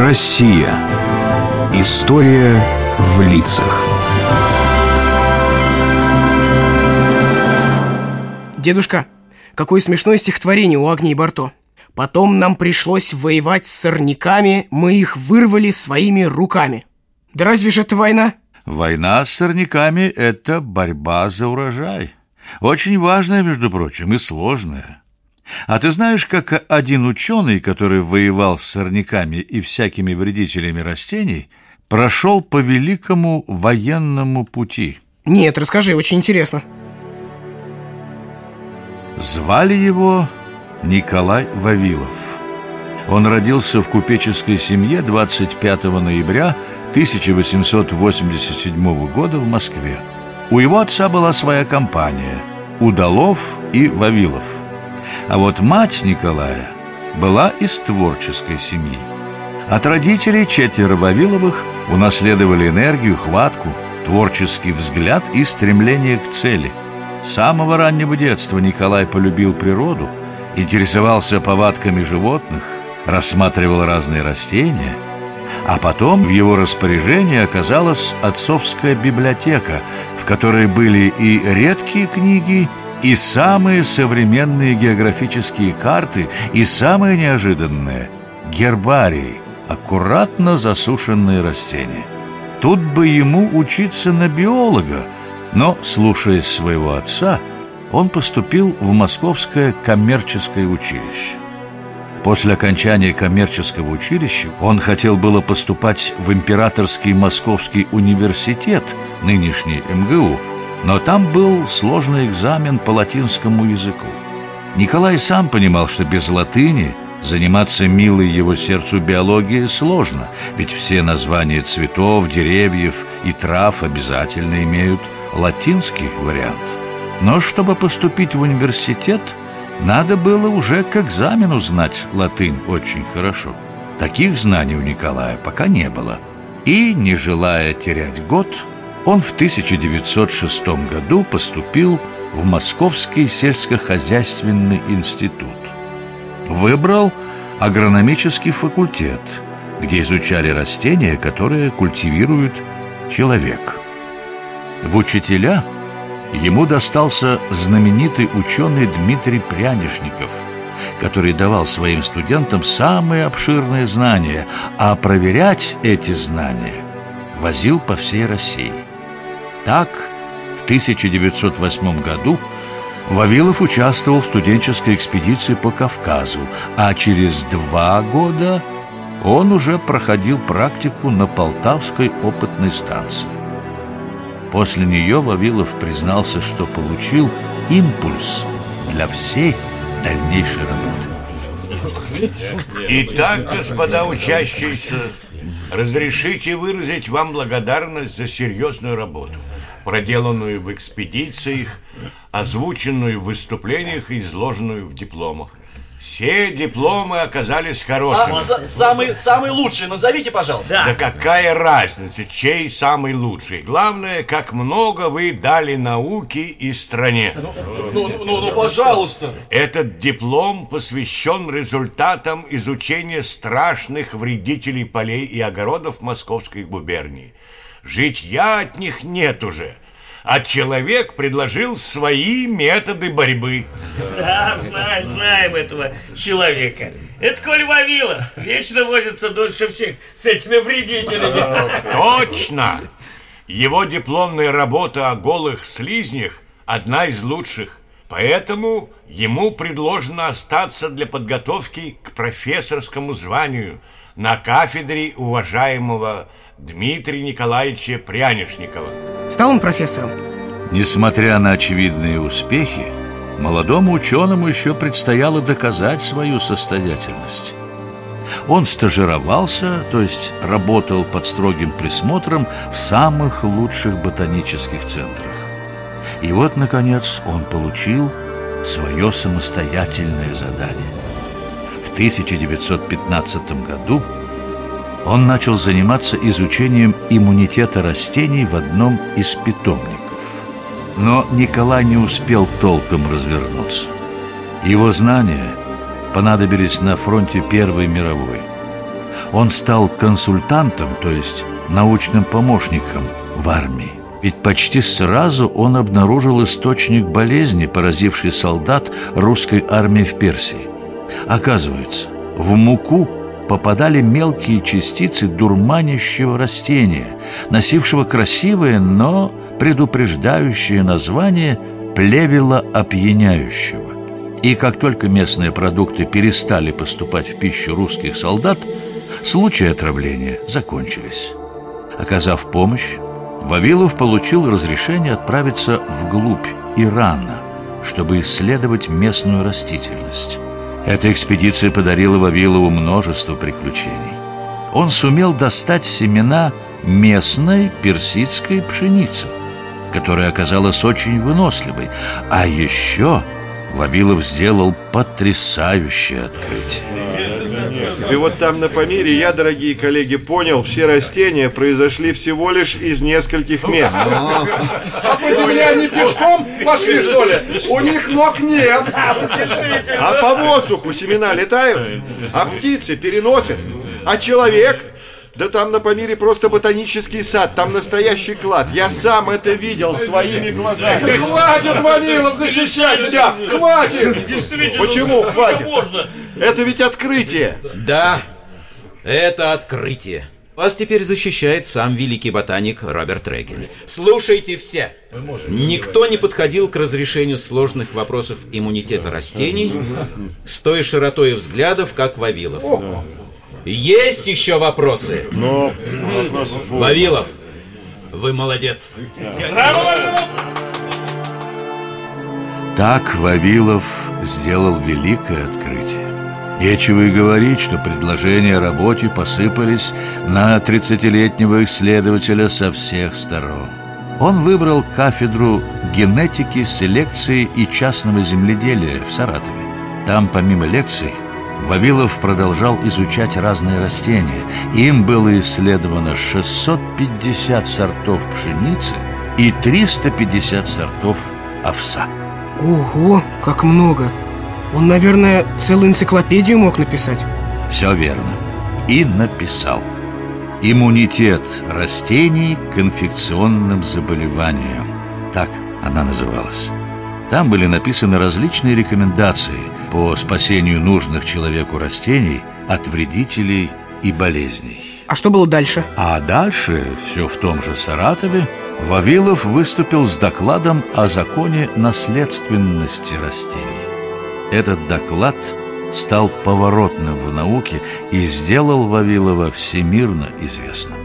Россия. История в лицах. Дедушка, какое смешное стихотворение у Агнии Барто. Потом нам пришлось воевать с сорняками, мы их вырвали своими руками. Да разве же это война? Война с сорняками – это борьба за урожай. Очень важная, между прочим, и сложная. А ты знаешь, как один ученый, который воевал с сорняками и всякими вредителями растений, прошел по великому военному пути? Нет, расскажи, очень интересно. Звали его Николай Вавилов. Он родился в купеческой семье 25 ноября 1887 года в Москве. У его отца была своя компания – Удалов и Вавилов. А вот мать Николая была из творческой семьи. От родителей 4 Вавиловых унаследовали энергию, хватку, творческий взгляд и стремление к цели. С самого раннего детства Николай полюбил природу, интересовался повадками животных, рассматривал разные растения, а потом в его распоряжении оказалась отцовская библиотека, в которой были и редкие книги, и самые современные географические карты, и самое неожиданное – гербарии, аккуратно засушенные растения. Тут бы ему учиться на биолога, но, слушаясь своего отца, он поступил в Московское коммерческое училище. После окончания коммерческого училища он хотел было поступать в Императорский Московский университет, нынешний МГУ, но там был сложный экзамен по латинскому языку. Николай сам понимал, что без латыни заниматься милой его сердцу биологией сложно, ведь все названия цветов, деревьев и трав обязательно имеют латинский вариант. Но чтобы поступить в университет, надо было уже к экзамену знать латынь очень хорошо. Таких знаний у Николая пока не было. И, не желая терять год, он в 1906 году поступил в Московский сельскохозяйственный институт. Выбрал агрономический факультет, где изучали растения, которые культивирует человек. В учителя ему достался знаменитый ученый Дмитрий Прянишников, который давал своим студентам самые обширные знания, а проверять эти знания возил по всей России. Так, в 1908 году Вавилов участвовал в студенческой экспедиции по Кавказу, а через 2 года он уже проходил практику на Полтавской опытной станции. После нее Вавилов признался, что получил импульс для всей дальнейшей работы. Итак, господа учащиеся, разрешите выразить вам благодарность за серьезную работу, проделанную в экспедициях, озвученную в выступлениях и изложенную в дипломах. Все дипломы оказались хорошими. Самый лучший назовите, пожалуйста. Да какая разница, чей самый лучший? Главное, как много вы дали науке и стране. Ну, пожалуйста. Этот диплом посвящен результатам изучения страшных вредителей полей и огородов Московской губернии. Житья от них нет уже, а человек предложил свои методы борьбы. Да, знаем этого человека. Это Коля Вавилов. Вечно возится дольше всех с этими вредителями. Точно! Его дипломная работа о голых слизнях одна из лучших. Поэтому ему предложено остаться для подготовки к профессорскому званию на кафедре уважаемого Дмитрия Николаевича Прянишникова. Стал он профессором? Несмотря на очевидные успехи, молодому ученому еще предстояло доказать свою состоятельность. Он стажировался, то есть работал под строгим присмотром в самых лучших ботанических центрах. И вот, наконец, он получил свое самостоятельное задание. В 1915 году он начал заниматься изучением иммунитета растений в одном из питомников. Но Николай не успел толком развернуться. Его знания понадобились на фронте Первой мировой. Он стал консультантом, то есть научным помощником в армии. Ведь почти сразу он обнаружил источник болезни, поразившей солдат русской армии в Персии. Оказывается, в муку попадали мелкие частицы дурманящего растения, носившего красивое, но предупреждающее название плевела опьяняющего. И как только местные продукты перестали поступать в пищу русских солдат, случаи отравления закончились. Оказав помощь, Вавилов получил разрешение отправиться вглубь Ирана, чтобы исследовать местную растительность. Эта экспедиция подарила Вавилову множество приключений. Он сумел достать семена местной персидской пшеницы, которая оказалась очень выносливой. А еще Вавилов сделал потрясающее открытие. И вот там на Памире я, дорогие коллеги, понял, все растения произошли всего лишь из нескольких мест. А по земле они пешком пошли, что ли? У них ног нет. А по воздуху семена летают, а птицы переносят. А человек? Да там на Памире просто ботанический сад, там настоящий клад. Я сам это видел своими глазами. Да хватит, Вавилов, защищать себя! Хватит! Почему хватит? Это ведь открытие. Да, это открытие. Вас теперь защищает сам великий ботаник Роберт Регель. Слушайте все. Никто не подходил к разрешению сложных вопросов иммунитета растений с той широтой взглядов, как Вавилов. Есть еще вопросы? Но... Вавилов, вы молодец. Так Вавилов сделал великое открытие. Нечего и говорить, что предложения о работе посыпались на 30-летнего исследователя со всех сторон. Он выбрал кафедру генетики, селекции и частного земледелия в Саратове. Там, помимо лекций, Вавилов продолжал изучать разные растения. Им было исследовано 650 сортов пшеницы и 350 сортов овса. Ого, как много! Он, наверное, целую энциклопедию мог написать. Все верно. И написал. Иммунитет растений к инфекционным заболеваниям. Так она называлась. Там были написаны различные рекомендации по спасению нужных человеку растений от вредителей и болезней. А что было дальше? А дальше, все в том же Саратове, Вавилов выступил с докладом о законе наследственности растений. Этот доклад стал поворотным в науке и сделал Вавилова всемирно известным.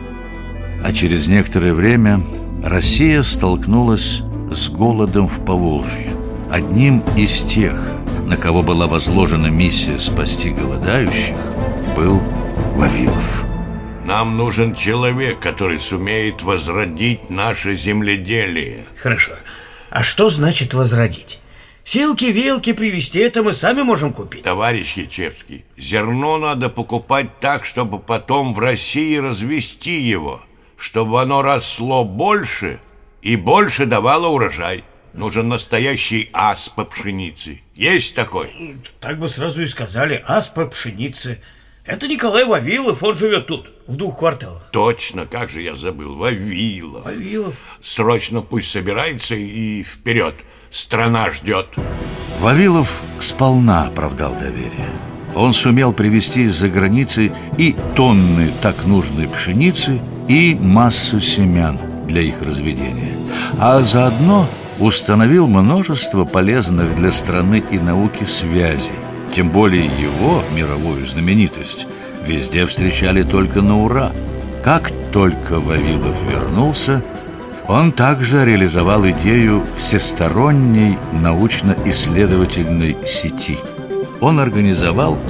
А через некоторое время Россия столкнулась с голодом в Поволжье. Одним из тех, на кого была возложена миссия спасти голодающих, был Вавилов. Нам нужен человек, который сумеет возродить наше земледелие. Хорошо. А что значит возродить? Силки-вилки привезти, это мы сами можем купить. Товарищ Ячевский, зерно надо покупать так, чтобы потом в России развести его, чтобы оно росло больше и больше давало урожай. Нужен настоящий ас по пшенице. Есть такой? Так бы сразу и сказали, ас по пшенице. Это Николай Вавилов, он живет тут, в 2 кварталах. Точно, как же я забыл, Вавилов. Вавилов. Срочно пусть собирается и вперед. Страна ждет. Вавилов сполна оправдал доверие. Он сумел привезти из-за границы и тонны так нужной пшеницы, и массу семян для их разведения. А заодно установил множество полезных для страны и науки связей. Тем более его мировую знаменитость везде встречали только на ура. Как только Вавилов вернулся, он также реализовал идею всесторонней научно-исследовательной сети. Он организовал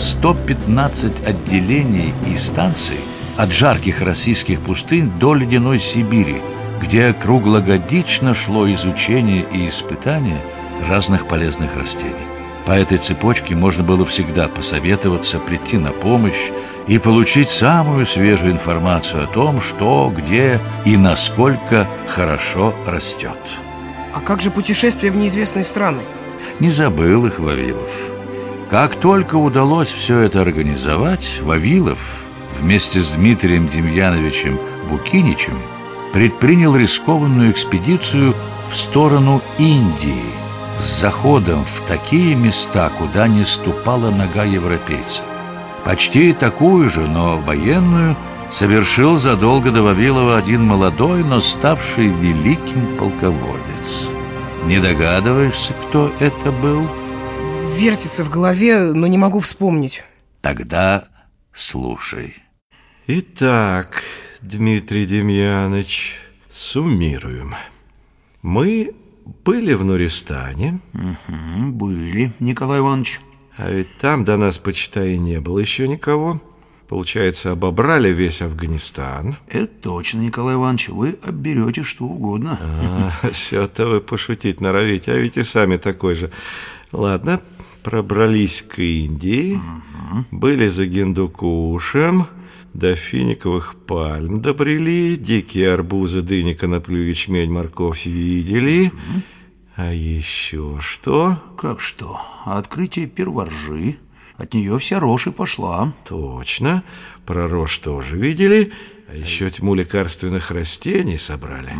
115 отделений и станций от жарких российских пустынь до ледяной Сибири, где круглогодично шло изучение и испытание разных полезных растений. По этой цепочке можно было всегда посоветоваться, прийти на помощь и получить самую свежую информацию о том, что, где и насколько хорошо растет. А как же путешествия в неизвестные страны? Не забыл их Вавилов. Как только удалось все это организовать, Вавилов вместе с Дмитрием Демьяновичем Букиничем предпринял рискованную экспедицию в сторону Индии с заходом в такие места, куда не ступала нога европейца. Почти такую же, но военную, совершил задолго до Вавилова один молодой, но ставший великим полководец. Не догадываешься, кто это был? Вертится в голове, но не могу вспомнить. Тогда слушай. Итак, Дмитрий Демьяныч, суммируем. Мы были в Нуристане. Были, Николай Иванович. А ведь там до нас, почитай, и не было еще никого. Получается, обобрали весь Афганистан. Это точно, Николай Иванович. Вы обберете что угодно. Все-то вы пошутить норовите, а ведь и сами такой же. Ладно, пробрались к Индии, были за Гиндукушем, до финиковых пальм добрели, дикие арбузы, дыни, коноплю, ячмень, морковь видели. А еще что? Как что? Открытие перворжи. От нее вся рожь и пошла. Точно, про рожь тоже видели. А еще тьму лекарственных растений собрали.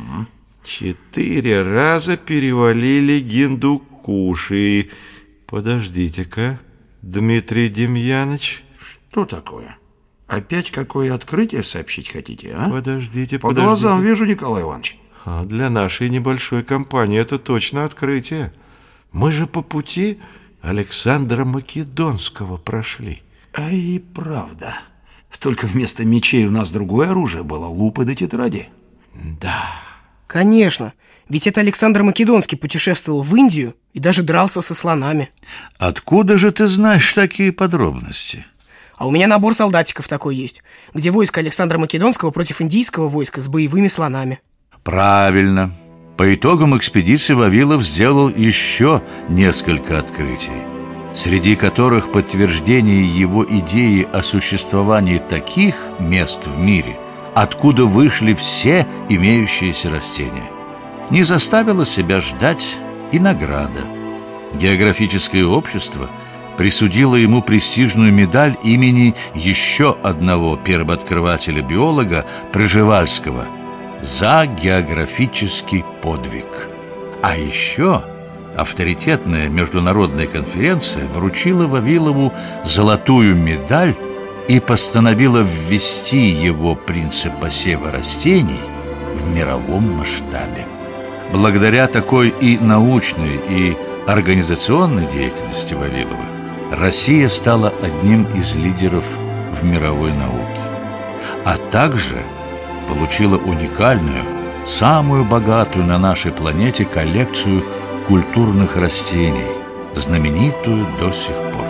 4 раза перевалили Гиндукуши. Подождите-ка, Дмитрий Демьяныч. Что такое? Опять какое открытие сообщить хотите, а? Подождите. По глазам вижу, Николай Иванович. А для нашей небольшой компании это точно открытие. Мы же по пути Александра Македонского прошли. А и правда. Только вместо мечей у нас другое оружие было, лупы да тетради. Да. Конечно, ведь это Александр Македонский путешествовал в Индию и даже дрался со слонами. Откуда же ты знаешь такие подробности? А у меня набор солдатиков такой есть, где войско Александра Македонского против индийского войска с боевыми слонами. Правильно. По итогам экспедиции Вавилов сделал еще несколько открытий, среди которых подтверждение его идеи о существовании таких мест в мире, откуда вышли все имеющиеся растения. Не заставило себя ждать и награда. Географическое общество присудило ему престижную медаль имени еще одного первооткрывателя-биолога Пржевальского за географический подвиг. А еще авторитетная международная конференция вручила Вавилову золотую медаль и постановила ввести его принцип посева растений в мировом масштабе. Благодаря такой и научной, и организационной деятельности Вавилова Россия стала одним из лидеров в мировой науке, а также получила уникальную, самую богатую на нашей планете коллекцию культурных растений, знаменитую до сих пор.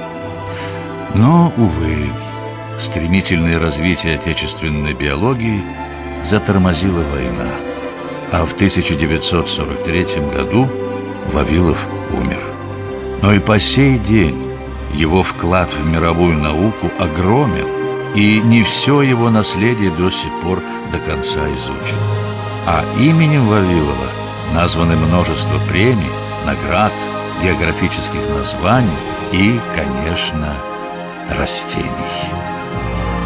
Но, увы, стремительное развитие отечественной биологии затормозила война, а в 1943 году Вавилов умер. Но и по сей день его вклад в мировую науку огромен, и не все его наследие до сих пор до конца изучено. А именем Вавилова названы множество премий, наград, географических названий и, конечно, растений.